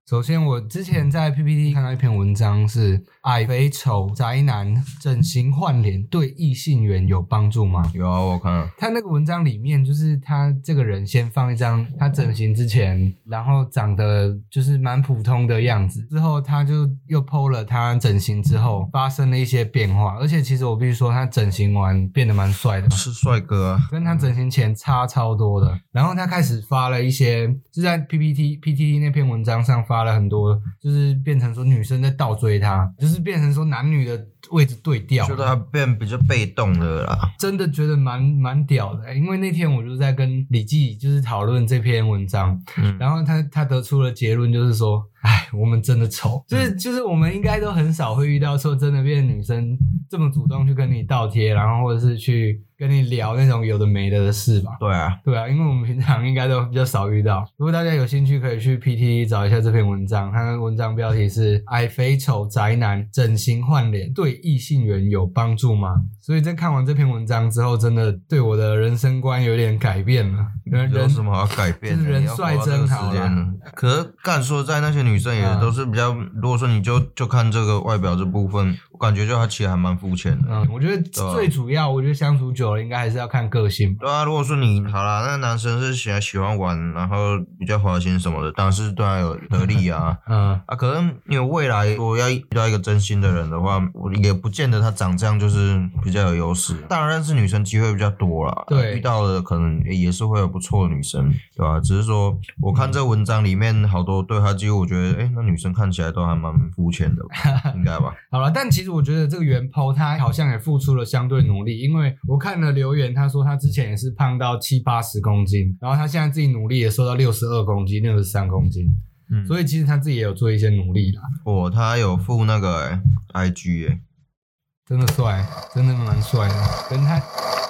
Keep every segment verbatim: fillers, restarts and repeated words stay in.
首先我之前在 P P T 看到一篇文章是矮肥丑宅男整形换脸对异性缘有帮助吗？ 有啊，我看了。 他那个文章里面就是他这个人先放一张他整形之前然后长得就是蛮普通的样子，之后他就又 po 了他整形之后发生了一些变化，而且其实我必须说他整形完变得蛮帅的， 是帅哥啊， 跟他整形前差超多的。然后他开始发了一些就在 P P T P T T 那篇文章上发了很多，就是变成说女生在倒追他，就是变成说男女的位置对调， 觉得他变比较被动的啦， 真的觉得蛮蛮屌的、欸。因为那天我就在跟李记就是讨论这篇文章，嗯，然后他他得出了结论就是说，哎，我们真的丑，就是就是我们应该都很少会遇到说真的变女生这么主动去跟你倒贴，然后或者是去跟你聊那种有的没的的事吧。 对啊， 对啊，因为我们平常应该都比较少遇到。如果大家有兴趣，可以去 P T T 找一下这篇文章，它的文章标题是“矮肥丑宅男整形换脸对异性缘有帮助吗？”所以在看完这篇文章之后，真的对我的人生观有点改变了。人有什么好改变的？ 就是人帅真好啦。 可是干说在那些女生也都是比较，嗯、如果说你就就看这个外表这部分，我感觉就他其实还蛮肤浅的。 嗯，我觉得最主要，我觉得相处久了应该还是要看个性吧。 对啊，如果说你好啦，那个男生是喜欢喜欢玩，然后比较花心什么的，当然是对他有得利啊。嗯啊，可能因为未来我要遇到一个真心的人的话，我也不见得他长这样就是比较有优势。当然认识女生机会比较多啦， 对， 遇到的可能也是会有不错的女生，对吧、啊？只是说我看这文章里面好多对他几乎我觉得，哎，那女生看起来都还蛮肤浅的吧，应该吧。 好了，但其实我觉得这个原 po 他好像也付出了相对努力，因为我看了留言，他说他之前也是胖到七八十公斤，然后他现在自己努力也瘦到六十二公斤、六十三公斤，嗯，所以其实他自己也有做一些努力啦。 哦，他有付那个、欸、I G 哎、欸， 真的帅，真的蛮帅的，跟他。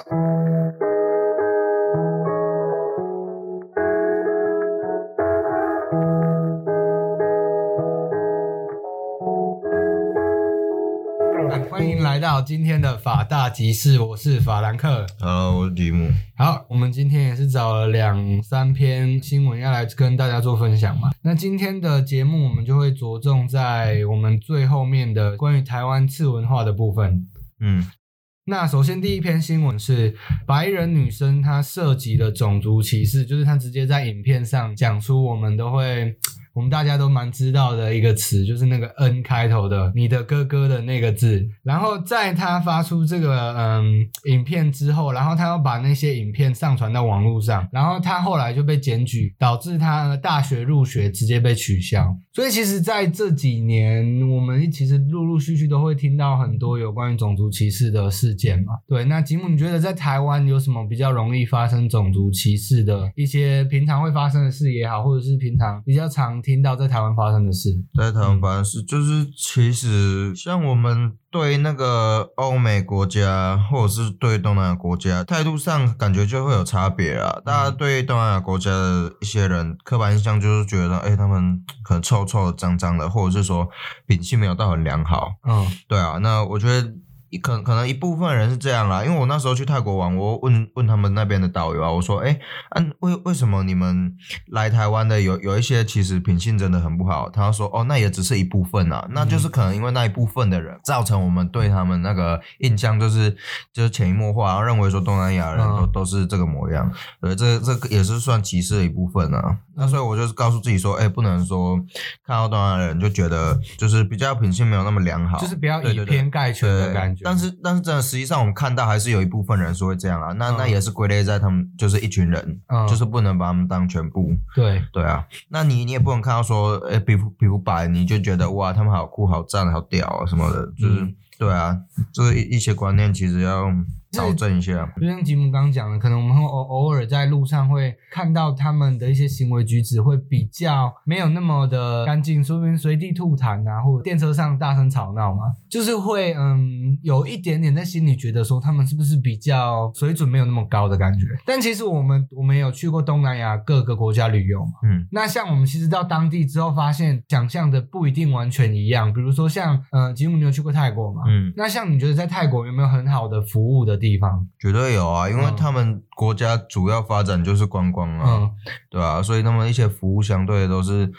欢迎来到今天的法大集市，我是法兰克。 Hello， 我是提姆。 好，我们今天也是找了两三篇新闻要来跟大家做分享嘛。那今天的节目我们就会着重在我们最后面的关于台湾次文化的部分。嗯，那首先第一篇新闻是白人女生她涉及了种族歧视，就是她直接在影片上讲出我们都会我们大家都蛮知道的一个词，就是那个 N 开头的你的哥哥的那个字。然后在他发出这个嗯影片之后，然后他要把那些影片上传到网络上，然后他后来就被检举，导致他大学入学直接被取消。所以其实在这几年我们其实陆陆续续都会听到很多有关于种族歧视的事件嘛。对，那吉姆你觉得在台湾有什么比较容易发生种族歧视的一些平常会发生的事也好，或者是平常比较常听到在台湾发生的事？ 在台湾发生的事、嗯、就是其实像我们对那个欧美国家或者是对东南亚国家态度上感觉就会有差别啦。大家对东南亚国家的一些人刻板印象就是觉得哎、欸，他们可能臭臭的脏脏的，或者是说品性没有到很良好。嗯，对啊，那我觉得可可能一部分人是这样啦，因为我那时候去泰国玩，我问问他们那边的导游啊，我说，哎、欸，啊，为为什么你们来台湾的有有一些其实品性真的很不好？他说，哦，那也只是一部分啊，那就是可能因为那一部分的人造成我们对他们那个印象就是就是潜移默化，然后认为说东南亚人都、嗯、都是这个模样，对，这这个也是算歧视的一部分啊。那所以我就是告诉自己说，哎、欸，不能说看到东南亚人就觉得就是比较品性没有那么良好， 就是不要以偏概全的感觉。 但是但是真的实际上我们看到还是有一部分人是会这样啊，那、嗯、那也是归类在他们就是一群人、嗯、就是不能把他们当全部。 对对啊，那你你也不能看到说诶皮肤皮肤白你就觉得哇他们好酷好赞好屌啊什么的，就是、嗯、对啊，这个一些观念其实要导正一下。 就像吉姆刚刚讲的，可能我们会偶偶尔在路上会看到他们的一些行为举止会比较没有那么的干净，说不定随地吐痰啊，或者电车上大声吵闹嘛，就是会嗯有一点点在心里觉得说他们是不是比较水准没有那么高的感觉。但其实我们我们有去过东南亚各个国家旅游嘛，嗯，那像我们其实到当地之后发现想象的不一定完全一样。比如说像呃吉姆你有去过泰国嘛，嗯，那像你觉得在泰国有没有很好的服务的地方？ 绝对有啊，因为他们国家主要发展就是观光啊，嗯、对啊，所以他们一些服务相对都是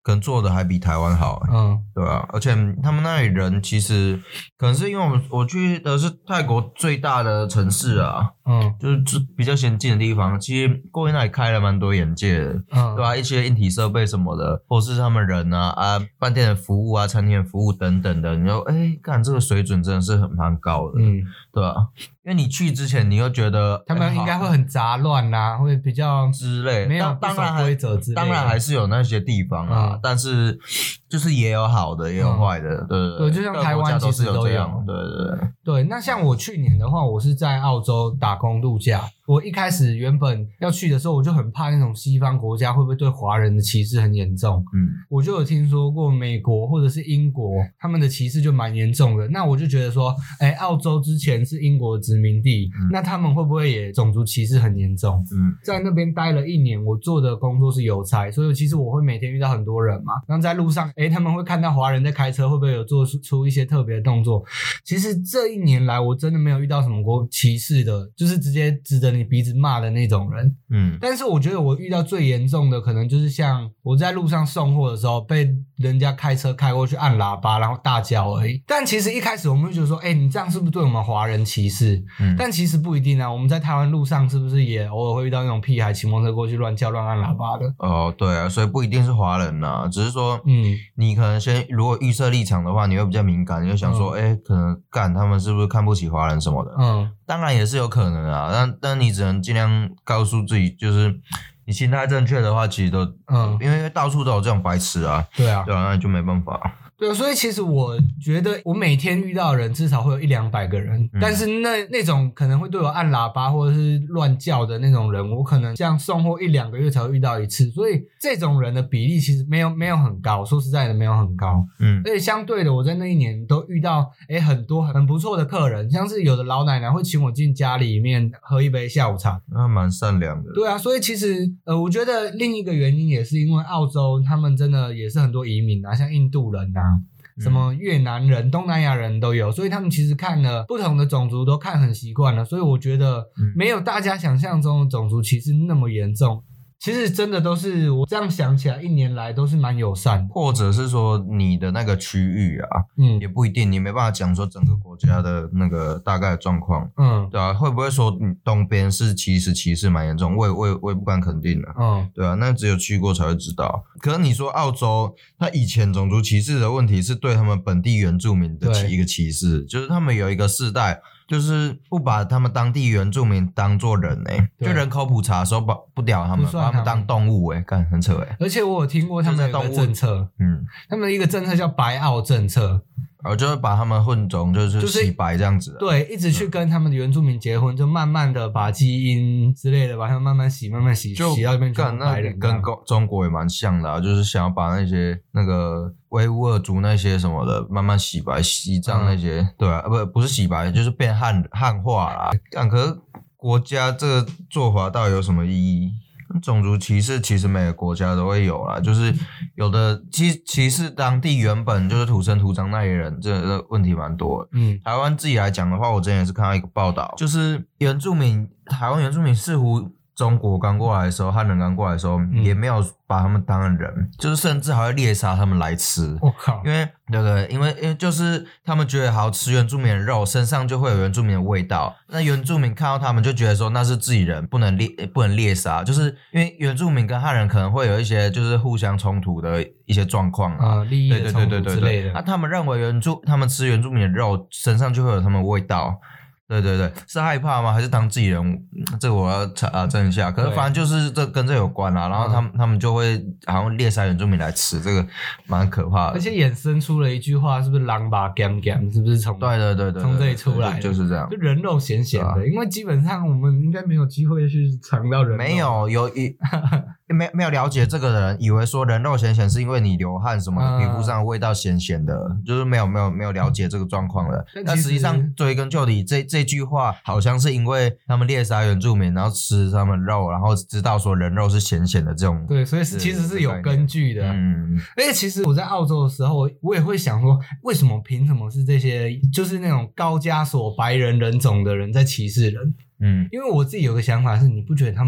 可能做的还比台湾好，嗯，对啊，而且他们那里人其实可能是因为我我去的是泰国最大的城市啊，嗯，就是比较先进的地方，其实过去那里开了蛮多眼界的，嗯，对吧、啊？一些硬体设备什么的，或是他们人啊啊，饭店的服务啊，餐厅的服务等等的，你就哎，干这个水准真的是很蛮高的，嗯，对吧、啊？因为你去之前，你又觉得他们应该会很杂乱呐、啊，会比较之类， 没有当然规则之类的， 当然还是有那些地方啊，嗯、但是就是也有好的，也有坏的，嗯、对对对，就像台湾其实都有， 对对对对。那像我去年的话，我是在澳洲打工度假。我一开始原本要去的时候，我就很怕那种西方国家会不会对华人的歧视很严重。嗯，我就有听说过美国或者是英国他们的歧视就蛮严重的。那我就觉得说，哎，澳洲之前是英国殖民地，嗯、那他们会不会也种族歧视很严重？嗯，在那边待了一年，我做的工作是邮差，所以其实我会每天遇到很多人嘛。然后在路上，哎，他们会看到华人在开车，会不会有做出一些特别的动作？其实这一年来，我真的没有遇到什么国歧视的，就是直接指着你鼻子骂的那种人，嗯，但是我觉得我遇到最严重的可能就是像我在路上送货的时候被人家开车开过去按喇叭然后大叫而已。但其实一开始我们会觉得说，哎、欸，你这样是不是对我们华人歧视？嗯，但其实不一定啊。我们在台湾路上是不是也偶尔会遇到那种屁孩骑摩托车过去乱叫乱按喇叭的？ 哦，对啊，所以不一定是华人啊，只是说，嗯，你可能先如果预设立场的话，你会比较敏感，你就想说，哎、嗯欸，可能干他们是不是看不起华人什么的？嗯。当然也是有可能啊，但但你只能尽量告诉自己，就是你心态正确的话，其实都，嗯，因为到处都有这种白痴啊， 对啊， 对啊，那你就没办法。 对，所以其实我觉得我每天遇到的人至少会有一两百个人，嗯、但是那那种可能会对我按喇叭或者是乱叫的那种人，我可能像送货一两个月才会遇到一次，所以这种人的比例其实没有没有很高，说实在的没有很高。嗯，而且相对的，我在那一年都遇到诶很多很不错的客人，像是有的老奶奶会请我进家里面喝一杯下午茶， 那蛮善良的。 对啊，所以其实呃，我觉得另一个原因也是因为澳洲他们真的也是很多移民啊，像印度人啊。什么越南人、东南亚人都有，所以他们其实看了不同的种族都看很习惯了，所以我觉得没有大家想象中的种族歧视那么严重。其实真的都是我这样想起来，一年来都是蛮友善的， 或者是说你的那个区域啊，嗯，也不一定，你没办法讲说整个国家的那个大概的状况，嗯，对啊，会不会说你东边是其实歧视蛮严重？我也我也我也不敢肯定的，嗯，对啊，那只有去过才会知道。可是你说澳洲，他以前种族歧视的问题是对他们本地原住民的一个歧视，就是他们有一个世代。就是不把他们当地原住民当作人诶、欸，就人口普查的时候不不屌他们，把他们当动物诶、欸，干很扯诶、欸。 而且我有听过他们有一个政策，嗯，他们的一个政策叫白澳政策。 哦，就是把他们混种，就是洗白这样子、啊就是、对，一直去跟他们的原住民结婚、嗯、就慢慢的把基因之类的把他们慢慢洗慢慢洗就洗到这边去白人， 跟中国也蛮像的啊，就是想要把那些那个维吾尔族那些什么的慢慢洗白，西藏那些、嗯、对啊，不不是洗白，就是变汉汉化啦。但可是国家这个做法到底有什么意义？种族歧视其实每个国家都会有啦，就是有的歧歧视当地原本就是土生土长那些人，这个问题蛮多的。嗯，台湾自己来讲的话，我之前也是看到一个报道，就是原住民，台湾原住民似乎中国刚过来的时候，汉人刚过来的时候，嗯、也没有把他们当人，就是甚至还会猎杀他们来吃。 我靠！ 因为对不对？因为因为就是他们觉得好吃原住民的肉，身上就会有原住民的味道。那原住民看到他们就觉得说那是自己人，不能猎不能猎杀，就是因为原住民跟汉人可能会有一些就是互相冲突的一些状况啊， 呃、利益的冲突之类的。 那、啊、他们认为原住他们吃原住民的肉，身上就会有他们的味道。对对对，是害怕吗？还是当自己人？这个我要查证一下。可是反正就是这跟这有关啦、啊。然后他们、嗯、他们就会好像猎杀原住民来吃，这个蛮可怕的。 而且衍生出了一句话，是不是狼把 gam gam？ 是不是从对对对对从这里出来的？ 就是这样， 就人肉咸咸的、啊。因为基本上我们应该没有机会去尝到人肉。 没有有一没没有了解这个的人，以为说人肉咸咸是因为你流汗什么的，嗯、皮肤上的味道咸咸的，就是没有没有没有了解这个状况的。但实际上追根究底，这这句话好像是因为他们猎杀原住民，然后吃他们肉，然后知道说人肉是咸咸的这种。 对，所以是其实是有根据的。嗯，而且其实我在澳洲的时候，我也会想说，为什么凭什么是这些就是那种高加索白人人种的人在歧视人？嗯，因为我自己有个想法是，你不觉得他们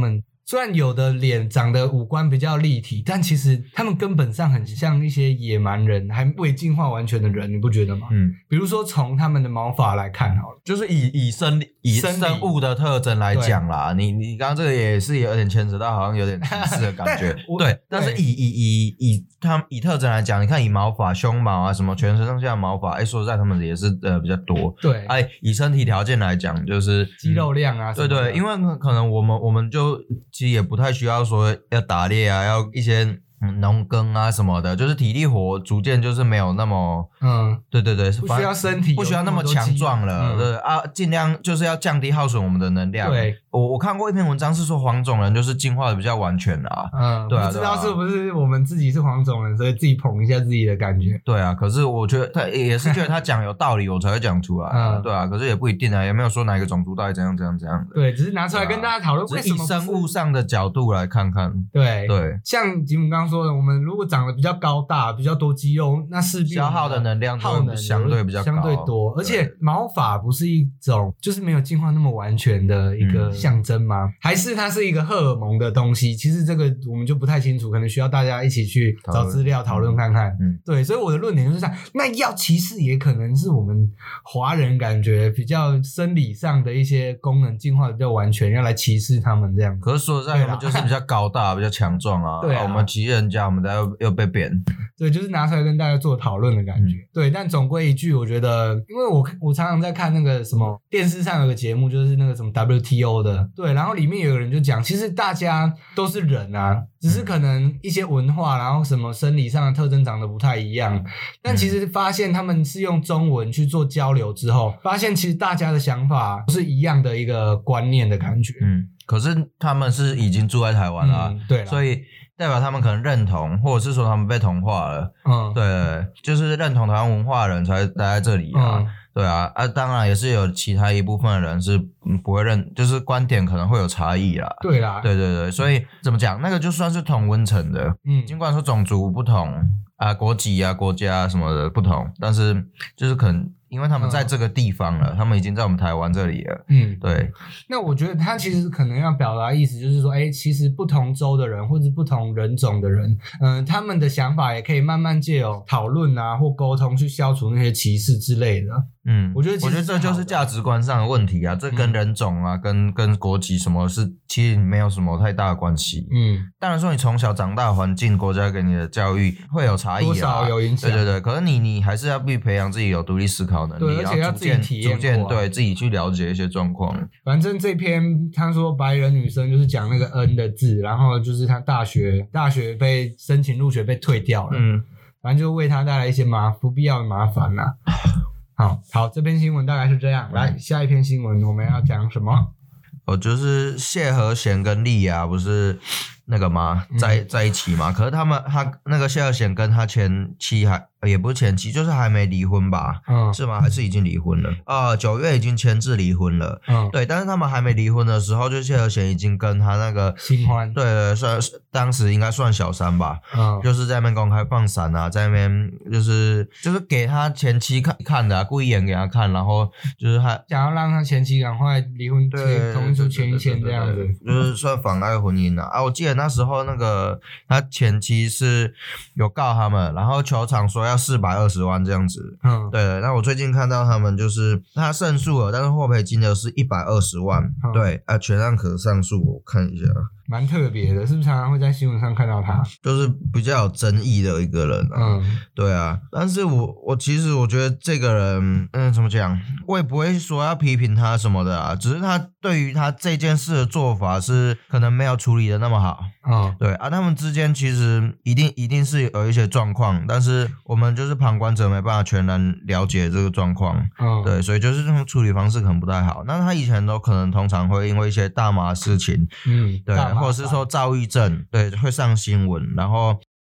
虽然有的脸长得五官比较立体，但其实他们根本上很像一些野蛮人，还未进化完全的人，你不觉得吗？嗯，比如说从他们的毛发来看好了， 就是以以生以生物的特征来讲啦，你你刚刚这个也是有点牵扯到好像有点歧视的感觉，对，但是以以以以他们以特征来讲，你看以毛发、胸毛啊什么全身上下的毛发，哎，说实在他们也是呃比较多， 对， 哎，以身体条件来讲，就是肌肉量啊什么的， 对对，因为可能我们我们就其实也不太需要说要打猎啊，要一些农耕啊什么的，就是体力活逐渐就是没有那么，嗯，对对对， 不需要身体， 不需要那么强壮了，嗯、对啊，尽量就是要降低耗损我们的能量。 对， 我我看过一篇文章是说黄种人就是进化的比较完全啦， 嗯，对啊，不知道是不是我们自己是黄种人，所以自己捧一下自己的感觉。 对啊，可是我觉得他也是觉得他讲有道理，我才会讲出来，嗯，对啊，可是也不一定啊，也没有说哪一个种族到底怎样怎样怎样的。 对，只是拿出来跟大家讨论为什么。 以生物上的角度来看看。 对对， 像吉姆刚刚说的，我们如果长得比较高大、比较多肌肉，那势必消耗的能量耗能相对比较高相对多，而且毛发不是一种就是没有进化那么完全的一个象征吗？嗯、还是它是一个荷尔蒙的东西？其实这个我们就不太清楚，可能需要大家一起去找资料讨论看看。嗯，对，所以我的论点就是这样。那要歧视也可能是我们华人感觉比较生理上的一些功能进化的比较完全，要来歧视他们这样。 可是说实在，我们就是比较高大、比较强壮啊。对啊，我们歧视人家，我们再又又被贬。 对，就是拿出来跟大家做讨论的感觉。嗯、对，但总归一句，我觉得，因为我我常常在看那个什么电视上有个节目，就是那个什么 W T O 的，对，然后里面有人就讲，其实大家都是人啊，只是可能一些文化，然后什么生理上的特征长得不太一样，但其实发现他们是用中文去做交流之后，发现其实大家的想法是一样的一个观念的感觉。 嗯，可是他们是已经住在台湾了、啊嗯，对，所以代表他们可能认同，或者是说他们被同化了。嗯，对，就是认同台湾文化的人才待在这里啊。嗯，对啊，啊，当然也是有其他一部分的人是不会认，就是观点可能会有差异啦。 对啦， 对对对，所以怎么讲，那个就算是同温层的，嗯，尽管说种族不同啊，国籍啊、国家什么的不同，但是就是可能。因为他们在这个地方了、嗯，他们已经在我们台湾这里了。嗯，对。 那我觉得他其实可能要表达意思就是说，哎，其实不同州的人或者不同人种的人，嗯、呃，他们的想法也可以慢慢借由讨论啊或沟通去消除那些歧视之类的。嗯，我觉得其实我觉得这就是价值观上的问题啊，这跟人种啊、嗯、跟跟国籍什么是其实没有什么太大的关系。嗯，当然说你从小长大环境、国家给你的教育会有差异啊， 多少有影响。 对对对，可是你你还是要必须培养自己有独立思考能力， 对，而且要自己体验过、啊， 逐渐对自己去了解一些状况。 反正这篇他说白人女生就是讲那个 N 的字，然后就是他大学大学被申请入学被退掉了，嗯，反正就为他带来一些麻不必要的麻烦啦。好好，这篇新闻大概是这样。来，下一篇新闻我们要讲什么？ 哦，就是谢和弦跟莉亚不是那个吗？在在一起嘛？可是他们他那个谢和弦跟他前妻还也不是前妻，就是还没离婚吧？嗯，是吗？还是已经离婚了？啊，九月已经签字离婚了。嗯，对，但是他们还没离婚的时候，就谢和弦已经跟他那个新欢， 对对，算当时应该算小三吧。嗯，就是在那边公开放闪啊，在那边就是就是给他前妻看看的、啊，故意演给他看，然后就是他想要让他前妻赶快离婚， 对， 同意书签一签这样子， 就是算妨碍婚姻啊。啊，我记得那时候那个他前妻是有告他们，然后球场说要四百二十万这样子。嗯，对。那我最近看到他们就是他胜诉了，但是获赔金额是一百二十万。嗯、对啊，全案可上诉，我看一下。 蛮特别的，是不是常常会在新闻上看到他？ 就是比较有争议的一个人啊。嗯，对啊。但是我我其实我觉得这个人，嗯，怎么讲？我也不会说要批评他什么的啊，只是他对于他这件事的做法是可能没有处理的那么好。嗯，对啊，他们之间其实一定一定是有一些状况，但是我们就是旁观者没办法全然了解这个状况。嗯，对，所以就是这种处理方式可能不太好。那他以前都可能通常会因为一些大麻事情，嗯，对。或者是说躁郁症，对，会上新闻，然后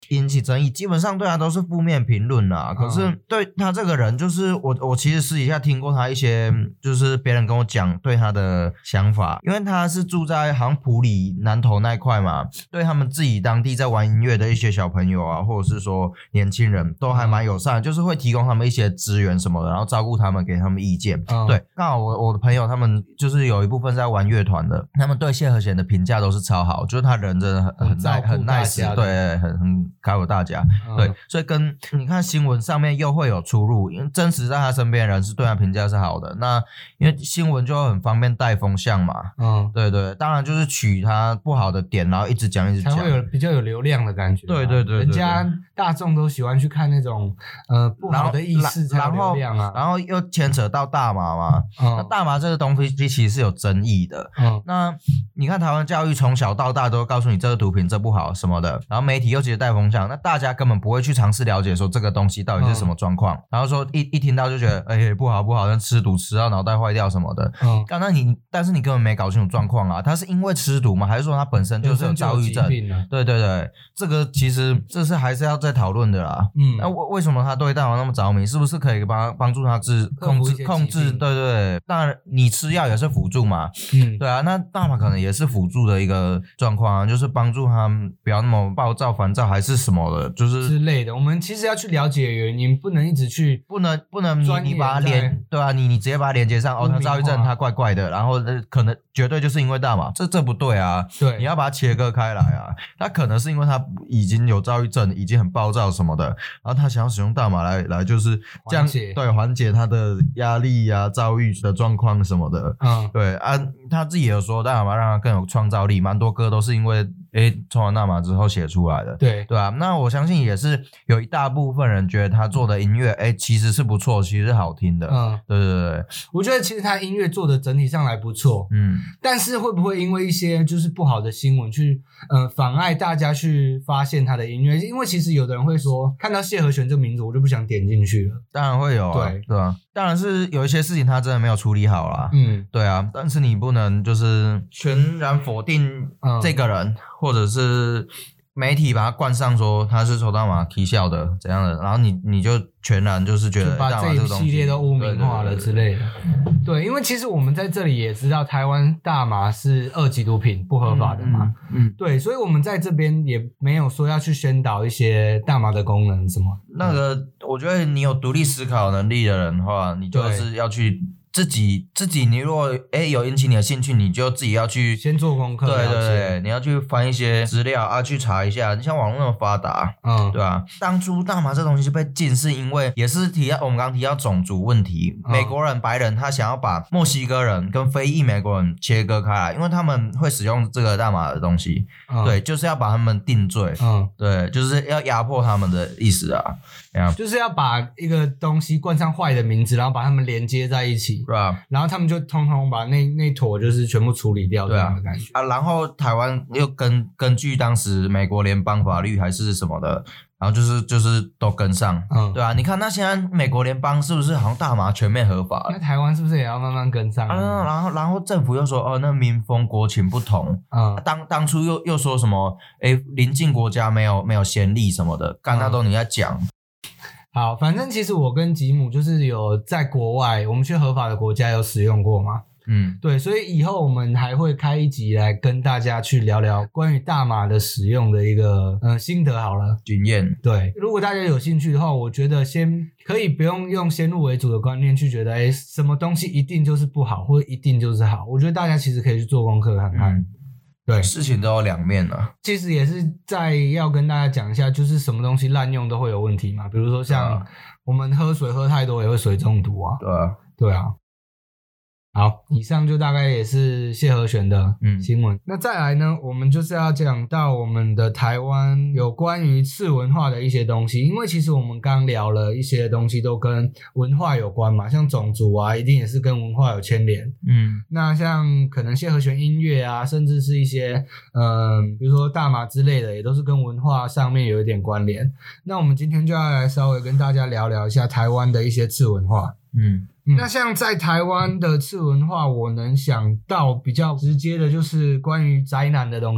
引起争议，基本上对他都是负面评论啦。可是对他这个人，就是我我其实私底下听过他一些，就是别人跟我讲对他的想法，因为他是住在好像埔里南投那一块嘛，对他们自己当地在玩音乐的一些小朋友啊，或者是说年轻人都还蛮友善的，就是会提供他们一些资源什么的，然后照顾他们，给他们意见。嗯、对，刚好我我的朋友他们就是有一部分在玩乐团的，他们对谢和弦的评价都是超好，就是他人真的很很 nice 很 nice， 对，很很开我大家、嗯，对，所以跟你看新闻上面又会有出入，因为真实在他身边的人是对他评价是好的，那因为新闻就很方便带风向嘛，嗯，对对，当然就是取他不好的点，然后一直讲一直讲， 才会有比较有流量的感觉。 对对 对, 对, 对， 人家大众都喜欢去看那种呃不好的意思才有流量啊， 然后又牵扯到大麻嘛，嗯、那大麻这个东西其实是有争议的，嗯，那你看台湾教育从小到大都告诉你这个毒品这不好什么的，然后媒体又直接带风向，那大家根本不会去尝试了解说这个东西到底是什么状况、嗯，然后说一一听到就觉得哎、欸、不好不好，那吃毒吃到脑袋坏掉什么的，嗯，那你但是你根本没搞清楚状况啊，他是因为吃毒吗？还是说他本身就是有躁郁症？对对对，这个其实这是还是要再讨论的啦。嗯，那为为什么他对大麻那么着迷？是不是可以帮帮助他治控制控制？对对对，当然你吃药也是辅助嘛。嗯，对啊，那大麻可能也是辅助的一个状况啊，就是帮助他不要那么暴躁、烦躁还是什么的，就是之类的。我们其实要去了解原因，不能一直去， 不能不能你你把它连对啊，你你直接把它连接上哦，他躁郁症，他怪怪的，然后可能绝对就是因为大麻，这这不对啊。对，你要把它切割开来啊。他可能是因为他已经有躁郁症，已经很暴躁什么的，然后他想要使用大麻来来就是这样，对，缓解他的压力啊、躁郁的状况什么的。嗯，对啊，他自己也有说大麻让他更有创造力，蛮多歌都是因为诶抽完大麻之后写出来的。对对啊，那我相信也是有一大部分人觉得他做的音乐诶其实是不错，其实是好听的。嗯，对对对， 我觉得其实他音乐做的整体上来不错。嗯，但是会不会因为一些就是不好的新闻去呃妨碍大家去发现他的音乐？因为其实有的人会说看到谢和弦这个名字我就不想点进去了。 当然会有啊，对对啊，当然是有一些事情他真的没有处理好啦。嗯，对啊，但是你不能就是全然否定这个人，嗯、或者是媒体把他冠上说他是抽大麻起效的怎样的，然后你你就全然就是觉得就把这一系列都污名化了之类的。对，因为其实我们在这里也知道台湾大麻是二级毒品不合法的嘛，嗯，嗯对，所以我们在这边也没有说要去宣导一些大麻的功能什么。 那个我觉得你有独立思考能力的人的话，你就是要去自己自己你如果诶有引起你的兴趣，你就自己要去先做功课， 对对对，你要去翻一些资料啊，去查一下。你像网络那么发达，嗯，对吧？当初大麻这东西被禁是因为也是提到我们刚刚提到种族问题，嗯、美国人白人他想要把墨西哥人跟非裔美国人切割开来，因为他们会使用这个大麻的东西，嗯、对，就是要把他们定罪，嗯，对，就是要压迫他们的意思啊， 就是要把一个东西冠上坏的名字，然后把他们连接在一起。 对啊， 然后他们就通通把那那坨就是全部处理掉这样的感觉啊, 啊。然后台湾又根根据当时美国联邦法律还是什么的，然后就是就是都跟上，嗯，对啊。你看那现在美国联邦是不是好像大麻全面合法了？ 那台湾是不是也要慢慢跟上啊？ 啊然后然后政府又说哦，那民风国情不同，嗯，当当初又又说什么诶邻近国家没有没有先例什么的，干那都你在讲。 好，反正其实我跟吉姆就是有在国外，我们去合法的国家有使用过嘛，嗯，对，所以以后我们还会开一集来跟大家去聊聊关于大麻的使用的一个呃心得好了， 经验。 对，如果大家有兴趣的话，我觉得先可以不用用先入为主的观念去觉得，诶什么东西一定就是不好，或者一定就是好。我觉得大家其实可以去做功课看看。嗯对， 事情都有两面啊。 其实也是在要跟大家讲一下，就是什么东西滥用都会有问题嘛。比如说像我们喝水喝太多也会水中毒啊。 对啊， 对啊。好，以上就大概也是谢和弦的新闻、嗯、那再来呢，我们就是要讲到我们的台湾有关于次文化的一些东西，因为其实我们刚聊了一些东西都跟文化有关嘛，像种族啊一定也是跟文化有牵连。嗯，那像可能谢和弦音乐啊，甚至是一些嗯，比如说大麻之类的，也都是跟文化上面有一点关联。那我们今天就要来稍微跟大家聊聊一下台湾的一些次文化。嗯嗯，那像在台湾的次文化，我能想到比较直接的就是关于宅男的东西。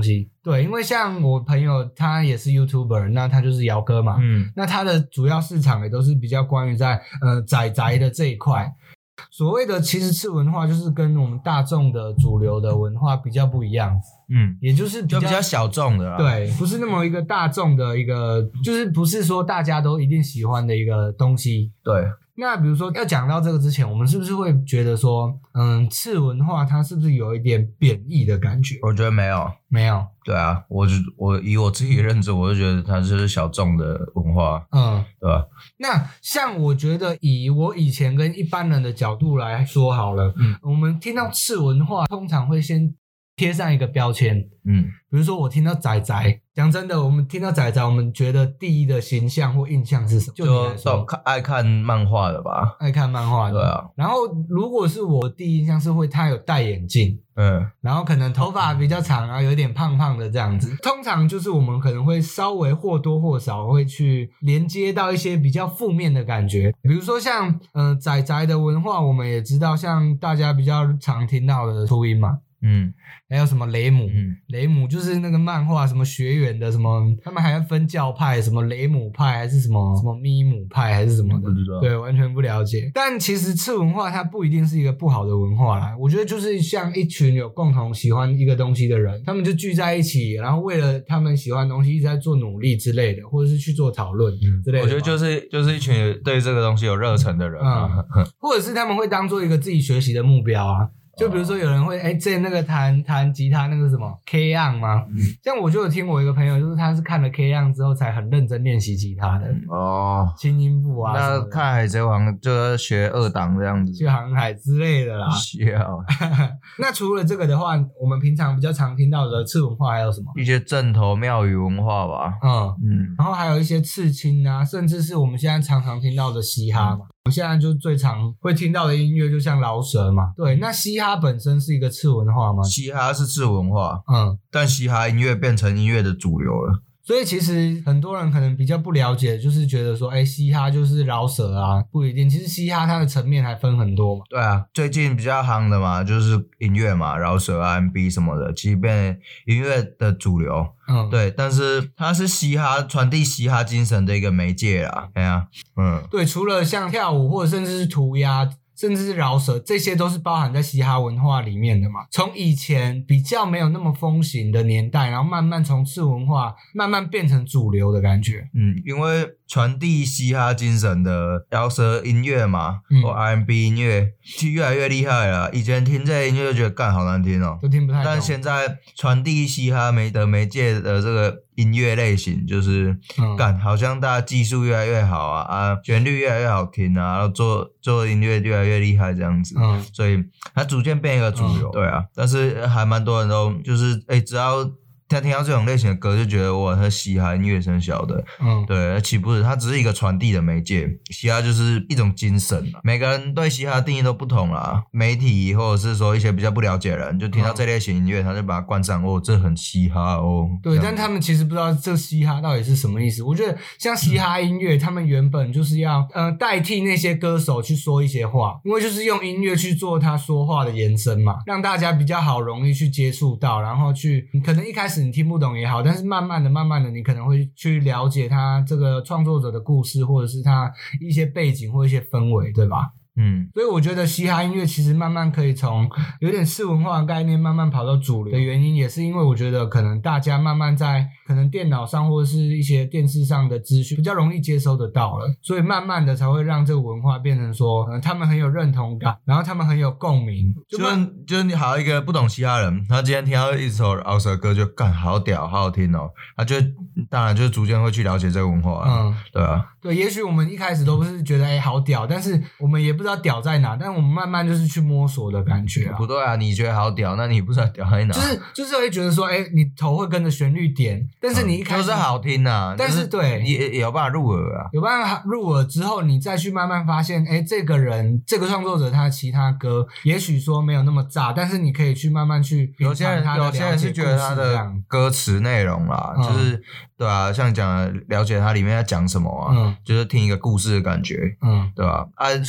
对，因为像我朋友他也是 YouTuber， 那他就是姚哥嘛，嗯，那他的主要市场也都是比较关于在呃宅宅的这一块。所谓的其实次文化就是跟我们大众的主流的文化比较不一样，嗯，也就是比较就比较小众的啦， 对，不是那么一个大众的一个，就是不是说大家都一定喜欢的一个东西， 对。 那比如说要讲到这个之前，我们是不是会觉得说，嗯，次文化它是不是有一点贬义的感觉？ 我觉得没有， 没有。 对啊，我就我以我自己的认知，我就觉得它就是小众的文化，嗯，对吧？ 那像我觉得以我以前跟一般人的角度来说好了，嗯，我们听到次文化，通常会先贴上一个标签，嗯，比如说我听到宅宅，讲真的，我们听到宅宅，我们觉得第一的形象或印象是什么？ 就你来说，看爱看漫画的吧， 爱看漫画的， 对啊。 然后如果是我第一印象是会他有戴眼镜，嗯，然后可能头发比较长啊，有点胖胖的这样子。通常就是我们可能会稍微或多或少会去连接到一些比较负面的感觉，比如说像嗯、呃、宅宅的文化，我们也知道，像大家比较常听到的初音嘛。嗯，还有什么雷姆、嗯、雷姆就是那个漫画什么学员的什么，他们还要分教派，什么雷姆派还是什么什么咪姆派还是什么的， 不知道， 对，完全不了解。但其实次文化它不一定是一个不好的文化啦，我觉得就是像一群有共同喜欢一个东西的人，他们就聚在一起，然后为了他们喜欢的东西一直在做努力之类的，或者是去做讨论之类的。 我觉得就是就是一群对这个东西有热忱的人啊、 嗯，或者是他们会当做一个自己学习的目标啊。就比如说有人会哎，之前那个弹弹吉他那个什么 K-On 吗？嗯，像我就有听我一个朋友，就是他是看了 K-On 之后才很认真练习吉他的哦，轻音部啊， 那看海贼王就要学二档这样子， 去航海之类的啦。 笑。 那除了这个的话，我们平常比较常听到的次文化还有什么？ 一些镇头庙宇文化吧。嗯嗯，然后还有一些刺青啊，甚至是我们现在常常听到的嘻哈嘛。我们现在就最常会听到的音乐就像饶舌嘛，对，那嘻哈本身是一个次文化吗？ 嘻哈是次文化，嗯，但嘻哈音乐变成音乐的主流了。 所以其实很多人可能比较不了解，就是觉得说，哎，嘻哈就是饶舌啊，不一定。其实嘻哈它的层面还分很多嘛。 对啊，最近比较夯的嘛，就是音乐嘛，饶舌、R and B 什么的，其实变音乐的主流。嗯，对，但是它是嘻哈传递嘻哈精神的一个媒介啦。哎呀，嗯， 对，除了像跳舞或者甚至是涂鸦，甚至是饶舌，这些都是包含在嘻哈文化里面的嘛。从以前比较没有那么风行的年代，然后慢慢从次文化慢慢变成主流的感觉。 嗯，因为传递嘻哈精神的饶舌音乐嘛，嗯、或 R and B 音乐，其实越来越厉害了。以前听这些音乐就觉得干好难听哦， 都听不太懂。 但现在传递嘻哈媒的媒介的这个音乐类型，就是干、嗯、好像大家技术越来越好啊，啊，旋律越来越好听啊，然后做做音乐越来越厉害这样子，嗯，所以它逐渐变一个主流，嗯、对啊。但是还蛮多人都就是哎，只要他听到这种类型的歌就觉得哇，他嘻哈音乐生小的，嗯，对，其实不是，它只是一个传递的媒介，嘻哈就是一种精神啦。每个人对嘻哈的定义都不同啦，媒体或者是说一些比较不了解的人，就听到这类型音乐，他就把它冠上哦，这很嘻哈哦。 对，但他们其实不知道这嘻哈到底是什么意思。我觉得像嘻哈音乐，嗯、他们原本就是要呃代替那些歌手去说一些话，因为就是用音乐去做他说话的延伸嘛，让大家比较好容易去接触到，然后去可能一开始你听不懂也好，但是慢慢的慢慢的你可能会去了解他这个创作者的故事，或者是他一些背景或一些氛围，对吧？嗯，所以我觉得嘻哈音乐其实慢慢可以从有点次文化的概念慢慢跑到主流的原因，也是因为我觉得可能大家慢慢在可能电脑上或者是一些电视上的资讯比较容易接收得到了，所以慢慢的才会让这个文化变成说，呃、他们很有认同感，然后他们很有共鸣。 就就是就是你好一个不懂嘻哈人，他今天听到一首饶舌歌就干好屌，好好听哦，他就当然就逐渐会去了解这个文化，嗯，对啊， 对，也许我们一开始都不是觉得哎、欸、好屌，但是我们也不知道屌在哪，但我们慢慢就是去摸索的感觉啊。 不对啊，你觉得好屌，那你不知道屌在哪？ 就是就是会觉得说，哎、欸，你头会跟着旋律点，但是你一开始、 嗯、就是好听啊， 但是对， 你也有办法入耳啊， 有办法入耳之后，你再去慢慢发现，哎、欸，这个人这个创作者他的其他歌，也许说没有那么炸，但是你可以去慢慢去有些人有些人是觉得他的歌词内容啦，嗯、就是对啊，像讲的了解他里面在讲什么啊，嗯，就是听一个故事的感觉，嗯，对吧？啊，说不定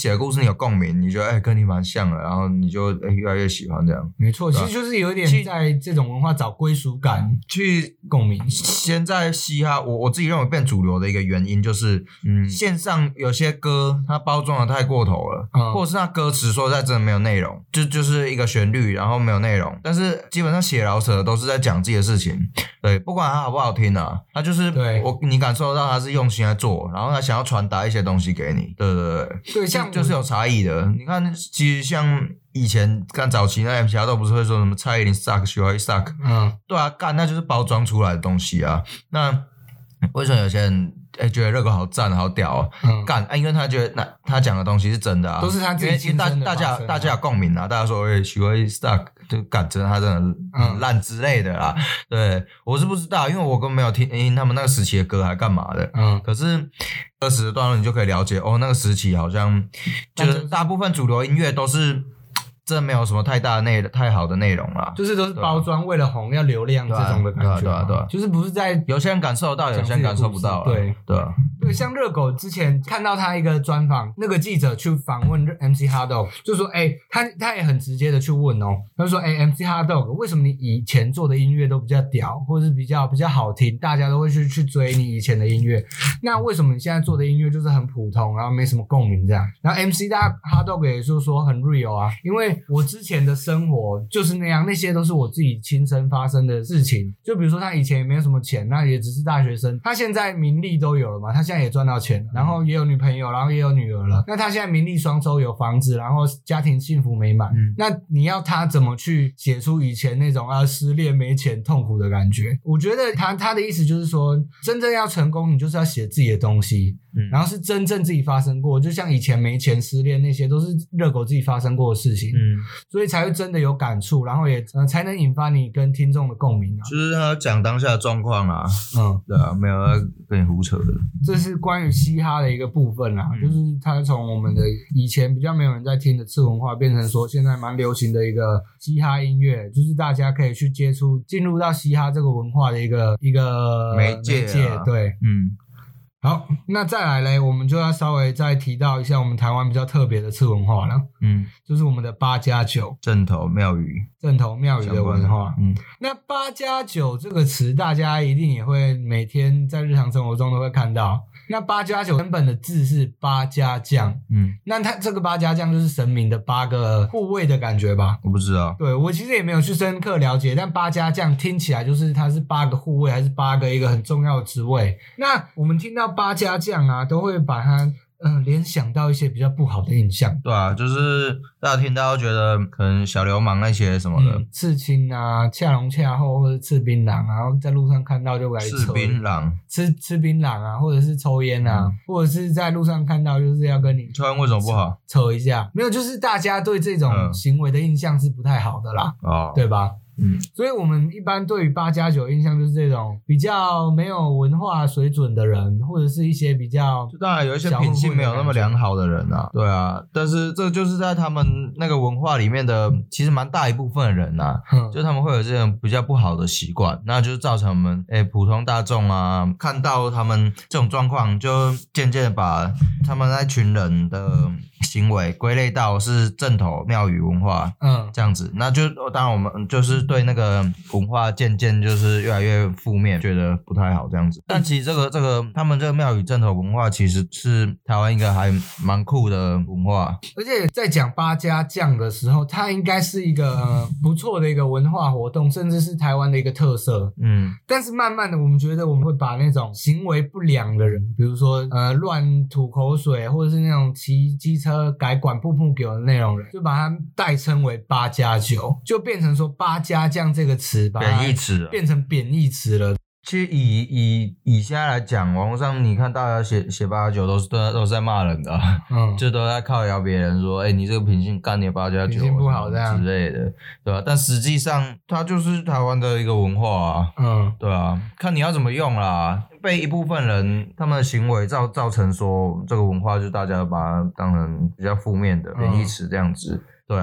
写的故事你有共鸣，你觉得哎、欸、跟你蛮像的，然后你就哎、欸、越来越喜欢这样。 没错，其实就是有点在这种文化找归属感， 去共鸣。 现在嘻哈，我我自己认为变主流的一个原因就是，嗯，线上有些歌它包装的太过头了，嗯、或者是它歌词说实在真的没有内容，就就是一个旋律，然后没有内容，但是基本上写饶舌的都是在讲自己的事情，对，不管它好不好听啊，他就是我你感受到他是用心在做，然后他想要传达一些东西给你，对对对， 对，像就是有差异的。你看，其实像以前干早期那 M C 都不是会说什么蔡依林 suck 徐怀钰 suck， 嗯，对啊，干那就是包装出来的东西啊。那为什么有些人哎、欸、觉得热狗好赞好屌哦？嗯，干、啊，因为他觉得那他讲的东西是真的啊， 都是他自己亲身的发生啊， 大家大家有共鸣啊，大家说哎徐怀钰 suck 就干真的他真的很烂之类的啦。嗯、对，我是不知道，因为我根本没有听听他们那个时期的歌还干嘛的。嗯，可是歌词的段落你就可以了解哦，那个时期好像就是大部分主流音乐都是。这没有什么太大的内太好的内容啦， 就是都是包装为了红要流量这种的感觉， 对啊对啊， 就是不是在有些人感受到，有些人感受不到， 对对啊对，像热狗之前看到他一个专访，那个记者去访问 M C Hotdog， 就说哎、欸，他他也很直接的去问哦，他就说哎、欸、M C Hotdog 为什么你以前做的音乐都比较屌，或者是比较比较好听，大家都会去去追你以前的音乐，那为什么你现在做的音乐就是很普通，然后没什么共鸣这样？然后 M C Hotdog 也是说很 real 啊，因为我之前的生活就是那样，那些都是我自己亲身发生的事情。就比如说他以前也没有什么钱，那也只是大学生，他现在名利都有了嘛，他现在也赚到钱了，然后也有女朋友，然后也有女儿了，那他现在名利双收，有房子，然后家庭幸福美满、嗯、那你要他怎么去写出以前那种啊失恋没钱痛苦的感觉？我觉得他他的意思就是说，真正要成功你就是要写自己的东西、嗯、然后是真正自己发生过，就像以前没钱失恋那些都是热狗自己发生过的事情，嗯，所以才会真的有感触，然后也、呃、才能引发你跟听众的共鸣啊。 就是他讲当下的状况啊，嗯，对啊，没有要跟你胡扯的。 这是关于嘻哈的一个部分啦、嗯、就是他从我们的以前比较没有人在听的次文化，变成说现在蛮流行的一个嘻哈音乐，就是大家可以去接触进入到嘻哈这个文化的一个一个媒介、啊、 媒介，对，嗯。好，那再来嘞，我们就要稍微再提到一下我们台湾比较特别的次文化了，嗯，就是我们的八加九阵头庙宇， 阵头庙宇的文化，嗯，那八加九这个词，大家一定也会每天在日常生活中都会看到。那八加九原本的字是八家将，嗯，那它这个八家将就是神明的八个护卫的感觉吧？ 我不知道， 对，我其实也没有去深刻了解，但八家将听起来就是它是八个护卫，还是八个一个很重要的职位。那我们听到八家将啊，都会把它嗯、呃，联想到一些比较不好的印象。 对啊，就是大家听到觉得可能小流氓那些什么的， 嗯、刺青啊、恰龙恰后或者吃槟榔啊，然后在路上看到就来吃槟榔、 吃吃槟榔啊，或者是抽烟啊、嗯，或者是在路上看到就是要跟你抽烟为什么不好？ 扯一下，没有，就是大家对这种行为的印象是不太好的啦，哦、对吧？嗯，所以我们一般对于八加九印象就是这种比较没有文化水准的人，或者是一些比较就当然有一些品性没有那么良好的人啊，对啊，但是这就是在他们那个文化里面的其实蛮大一部分的人啊，嗯、就他们会有这种比较不好的习惯，那就是造成我们诶普通大众啊看到他们这种状况，就渐渐的把他们那群人的行为归类到是阵头庙宇文化，嗯，这样子，那就当然我们就是对那个文化渐渐就是越来越负面，觉得不太好这样子。但其实这个这个他们这个庙宇阵头文化其实是台湾一个还蛮酷的文化， 而且在讲八家将的时候，它应该是一个、呃、不错的一个文化活动，甚至是台湾的一个特色。嗯，但是慢慢的我们觉得我们会把那种行为不良的人，比如说呃乱吐口水，或者是那种骑机车改管瀑布狗的那种人，就把它代称为八加九，就变成说八家将这个词把它贬义词变成贬义词了。 其实以以以现在来讲，网络上你看大家写写八加九都是都都是在骂人的、啊，嗯，就都在靠谣别人说，哎、欸，你这个品性干你八加九， 品性不好这样之类的，对吧、啊？但实际上它就是台湾的一个文化啊，嗯，对啊，看你要怎么用啦。被一部分人他们的行为造造成说这个文化就大家把它当成比较负面的贬义词这样子，对啊。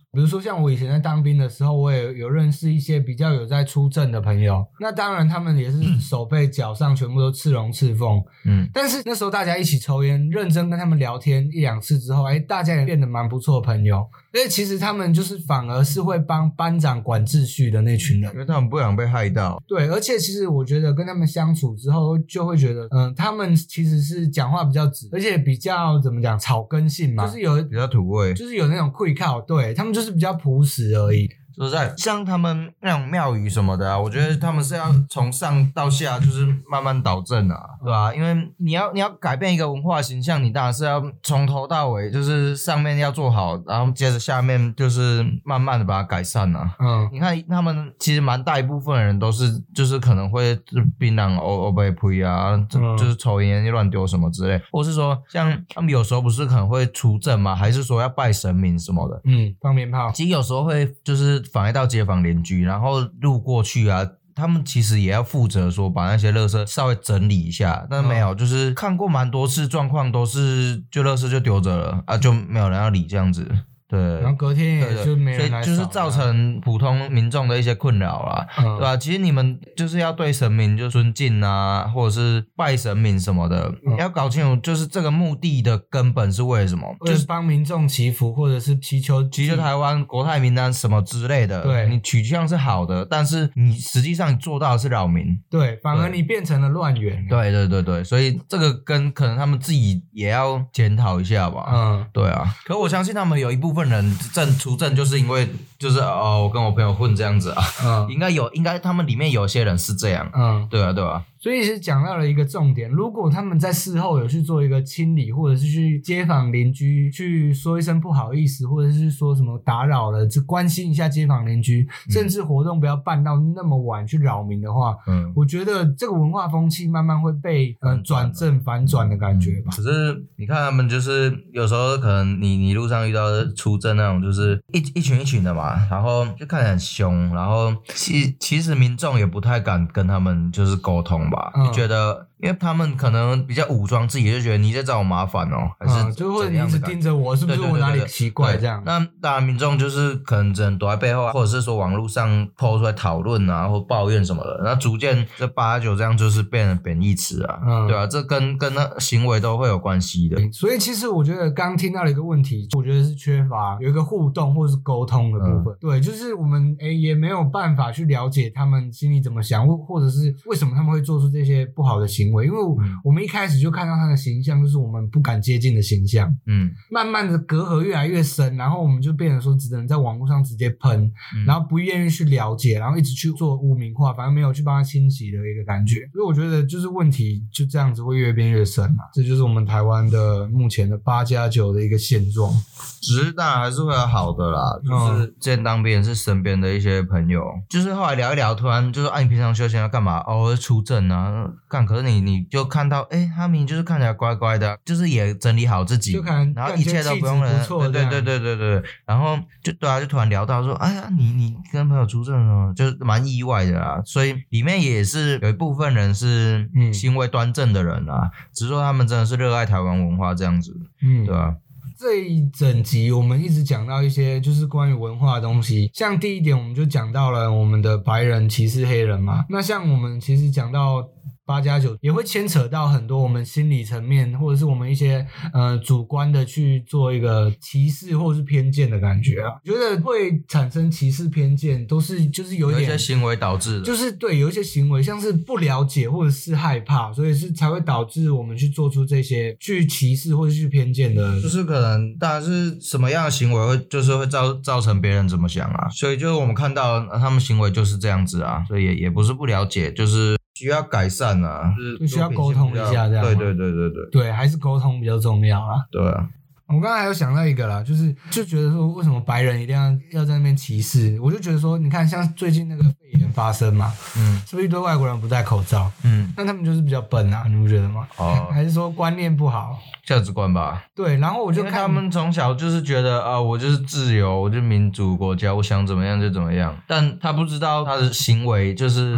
比如说像我以前在当兵的时候，我也有认识一些比较有在出阵的朋友，那当然他们也是手背脚上全部都刺龙刺凤，嗯，但是那时候大家一起抽烟，认真跟他们聊天一两次之后，哎，大家也变得蛮不错的朋友。所以其实他们就是反而是会帮班长管秩序的那群人， 因为他们不想被害到。 对，而且其实我觉得跟他们相处之后，就会觉得，嗯，他们其实是讲话比较直，而且比较怎么讲草根性嘛，就是有比较土味， 就是有那种愧靠，对他们就是比较朴实而已。 说实在，像他们那种庙宇什么的啊，我觉得他们是要从上到下就是慢慢导正啊，对吧？因为你要你要改变一个文化形象，你当然是要从头到尾，就是上面要做好，然后接着下面就是慢慢的把它改善啊。嗯，你看他们其实蛮大一部分的人都是就是可能会槟榔欧欧被呸啊，嗯、就是抽烟乱丢什么之类，或是说像他们有时候不是可能会出阵嘛，还是说要拜神明什么的， 嗯，放鞭炮， 其实有时候会就是妨碍到街坊邻居，然后路过去啊，他们其实也要负责说把那些垃圾稍微整理一下，但没有，嗯、就是看过蛮多次状况都是就垃圾就丢着了啊，就没有人要理这样子。对， 然后隔天也就没人来扫， 所以就是造成普通民众的一些困扰啦，嗯、对吧？其实你们就是要对神明就尊敬啊，或者是拜神明什么的，嗯、要搞清楚就是这个目的的根本是为什么， 就是帮民众祈福或者是祈求祈求台湾国泰民安什么之类的。对，你取向是好的，但是你实际上你做到的是扰民， 对，反而你变成了乱源。 对对对对，所以这个跟可能他们自己也要检讨一下吧。嗯，对啊。可我相信他们有一部分。部分人正出阵就是因为就是哦，我跟我朋友混这样子啊，嗯，应该有，应该他们里面有些人是这样，嗯，对啊，对啊。 所以是讲到了一个重点，如果他们在事后有去做一个清理，或者是去街坊邻居去说一声不好意思，或者是说什么打扰了，就关心一下街坊邻居，嗯、甚至活动不要办到那么晚去扰民的话，嗯，我觉得这个文化风气慢慢会被嗯转正反转的感觉吧。 可是你看他们就是有时候可能你你路上遇到的出阵那种，就是一一群一群的嘛，然后就看起来很凶，然后其其实民众也不太敢跟他们就是沟通。吧，嗯、就觉得，因为他们可能比较武装自己，就觉得你在找我麻烦哦，还是、 嗯、就会一直盯着我，是不是我哪里奇怪这样？ 那当然，民众就是可能只能躲在背后啊，或者是说网络上 po 出来讨论啊，或抱怨什么的，那逐渐这八九这样就是变成贬义词啊，嗯、对吧、啊？这跟跟那行为都会有关系的。 所以其实我觉得刚听到了一个问题，我觉得是缺乏有一个互动或者是沟通的部分。嗯、对，就是我们诶也没有办法去了解他们心里怎么想，或或者是为什么他们会做出这些不好的行为，因为我们一开始就看到他的形象就是我们不敢接近的形象，嗯，慢慢的隔阂越来越深，然后我们就变成说只能在网络上直接喷，嗯、然后不愿意去了解，然后一直去做污名化，反而没有去帮他清洗的一个感觉，所以我觉得就是问题就这样子会越变越深嘛，这就是我们台湾的目前的八加九的一个现状。 只是当然还是会有好的啦，就是之前当兵是身边的一些朋友，就是后来聊一聊，突然就说啊，你平常休闲要干嘛？哦，我出阵啊，干。可是你你就看到，哎、欸，他明明就是看起来乖乖的，就是也整理好自己， 就看然后一切都不用人，对对对对对对，然后就对啊，就突然聊到说，哎呀，你你跟朋友出阵了，就是蛮意外的啦。所以里面也是有一部分人是行为端正的人啦，嗯、只是说他们真的是热爱台湾文化这样子，嗯，对吧、啊？ 这一整集我们一直讲到一些就是关于文化的东西，像第一点我们就讲到了我们的白人歧视黑人嘛，那像我们其实讲到八加九也会牵扯到很多我们心理层面，或者是我们一些呃主观的去做一个歧视或者是偏见的感觉啊。觉得会产生歧视偏见，都是就是有一点有一些行为导致的， 就是对有一些行为像是不了解或者是害怕，所以是才会导致我们去做出这些去歧视或者去偏见的。 就是可能当然是什么样的行为会就是会造造成别人怎么想啊，所以就是我们看到他们行为就是这样子啊，所以也也不是不了解，就是需要改善啊， 就需要沟通一下这样。 对对对对对， 对，还是沟通比较重要啊。 对啊。 我刚才还有想到一个啦，就是就觉得说为什么白人一定要要在那边歧视？我就觉得说，你看像最近那个肺炎发生嘛，嗯，是不是一堆外国人不戴口罩？嗯，那他们就是比较笨啊，你不觉得吗？哦，还是说观念不好？ 价值观吧。 对，然后我就看他们从小就是觉得啊，我就是自由，我就民主国家，我想怎么样就怎么样，但他不知道他的行为就是。嗯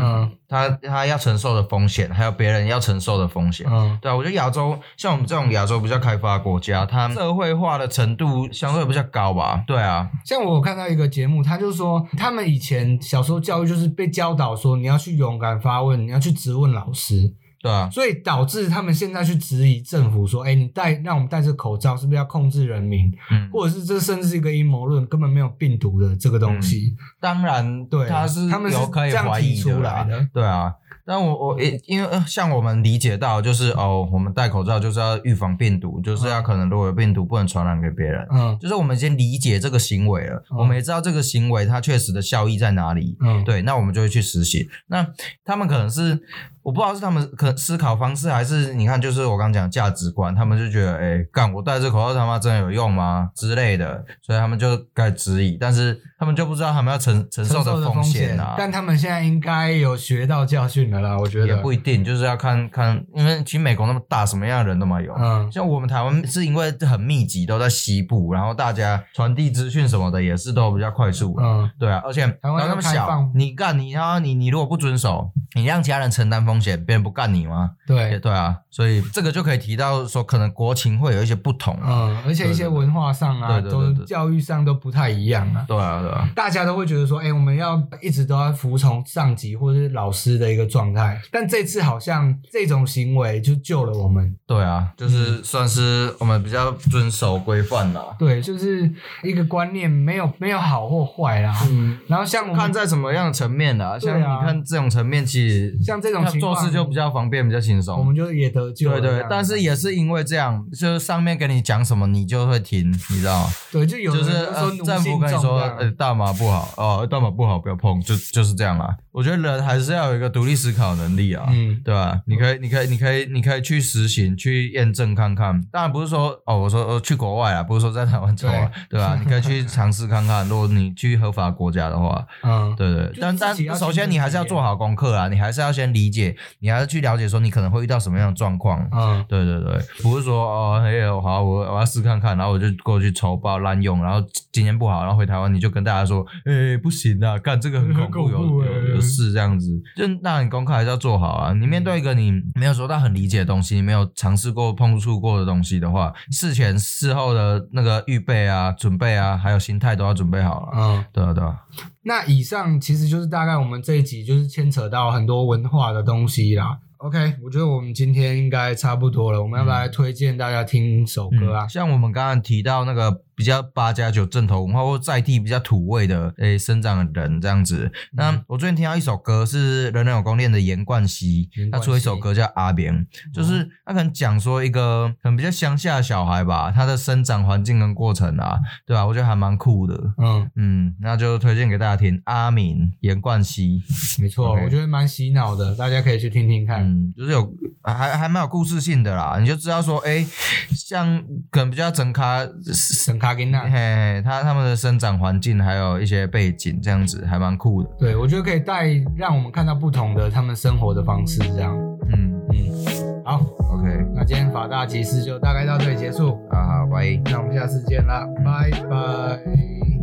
他他要承受的风险，还有别人要承受的风险。嗯，对啊，我觉得亚洲像我们这种亚洲比较开发的国家，它社会化的程度相对比较高吧。对啊， 像我有看到一个节目，他就说他们以前小时候教育就是被教导说你要去勇敢发问，你要去质问老师。 对啊， 所以导致他们现在去质疑政府说，哎、欸，你戴让我们戴这个口罩是不是要控制人民？嗯，或者是这甚至是一个阴谋论，根本没有病毒的这个东西。 嗯、当然， 对， 他是他们是可以怀疑出来的， 对啊。但我我因为像我们理解到就是哦，我们戴口罩就是要预防病毒，就是要可能如果有病毒不能传染给别人，嗯，就是我们已经理解这个行为了，嗯、我们也知道这个行为它确实的效益在哪里，嗯，对，那我们就会去实行。那他们可能是我不知道是他们可能思考方式，还是你看就是我刚刚讲价值观，他们就觉得哎，干我戴这口罩他妈真的有用吗之类的，所以他们就该质疑，但是他们就不知道他们要承承受的风险啊。 但他们现在应该有学到教训了啦，我觉得也不一定，就是要看看，因为其实美国那么大，什么样的人都嘛有。嗯，像我们台湾是因为很密集，都在西部，然后大家传递资讯什么的也是都比较快速。嗯，对啊，而且台湾那么小，你干你啊你你如果不遵守，你让其他人承担风险，别人不干你吗？ 对对啊，所以这个就可以提到说，可能国情会有一些不同。 嗯，而且一些文化上啊， 对对对对对都教育上都不太一样啊。 对啊对啊， 大家都会觉得说，哎、欸，我们要一直都要服从上级或者是老师的一个状态，但这次好像这种行为就救了我们。 对啊，就是算是我们比较遵守规范啦。 对，就是一个观念，没有没有好或坏啦。嗯，然后像我们看在什么样的层面啦，像你看这种层面，其实像这种情况做事就比较方便，比较轻松， 我们就也得救了。 对对，但是也是因为这样，就是上面跟你讲什么，你就会听，你知道吗？ 对，就有人就是说、呃、 政府跟你说，呃，大麻不好哦，大麻不好，不要碰，就就是这样啦。我觉得人还是要有一个独立思考能力啊，嗯，对吧？你可以，你可以，你可以，你可以去实行，去验证看看。当然不是说哦，我说我去国外啊，不是说在台湾抽啊，对吧？你可以去尝试看看，如果你去合法国家的话，嗯，对对。但但首先你还是要做好功课啊，你还是要先理解，你还是去了解说你可能会遇到什么样的状况。嗯，对对对，不是说哦，哎呦好，我我要试看看，然后我就过去抽包滥用，然后经验不好，然后回台湾你就跟大家说，哎，不行啊，干这个很恐怖，有有有事这样子，就那你功课还是要做好啊。你面对一个你没有说到很理解的东西，你没有尝试过碰触过的东西的话，事前事后的那个预备啊、准备啊，还有心态都要准备好了。嗯，对啊对啊。 那以上其实就是大概我们这一集就是牵扯到很多文化的东西啦。OK， 我觉得我们今天应该差不多了，我们要不要来推荐大家听首歌啊？ 嗯、像我们刚刚提到那个比较八加九正头文化，或在地比较土味的诶生长的人这样子。那我最近听到一首歌是人人有功练的严冠希，他出了一首歌叫《阿扁》，就是他可能讲说一个可能比较乡下的小孩吧，他的生长环境跟过程啊，对吧、啊？我觉得还蛮酷的。嗯嗯，那就推荐给大家听阿敏严冠希。 没错， okay. 我觉得蛮洗脑的，大家可以去听听看。 嗯，就是有还还蛮有故事性的啦，你就知道说，哎，像可能比较整咖整咖跟那， 嘿，他他们的生长环境还有一些背景，这样子还蛮酷的。 对，我觉得可以带让我们看到不同的他们生活的方式，这样。嗯嗯，好 ，OK， 那今天法大集市就大概到这里结束。 好好，拜， 那我们下次见啦，拜拜。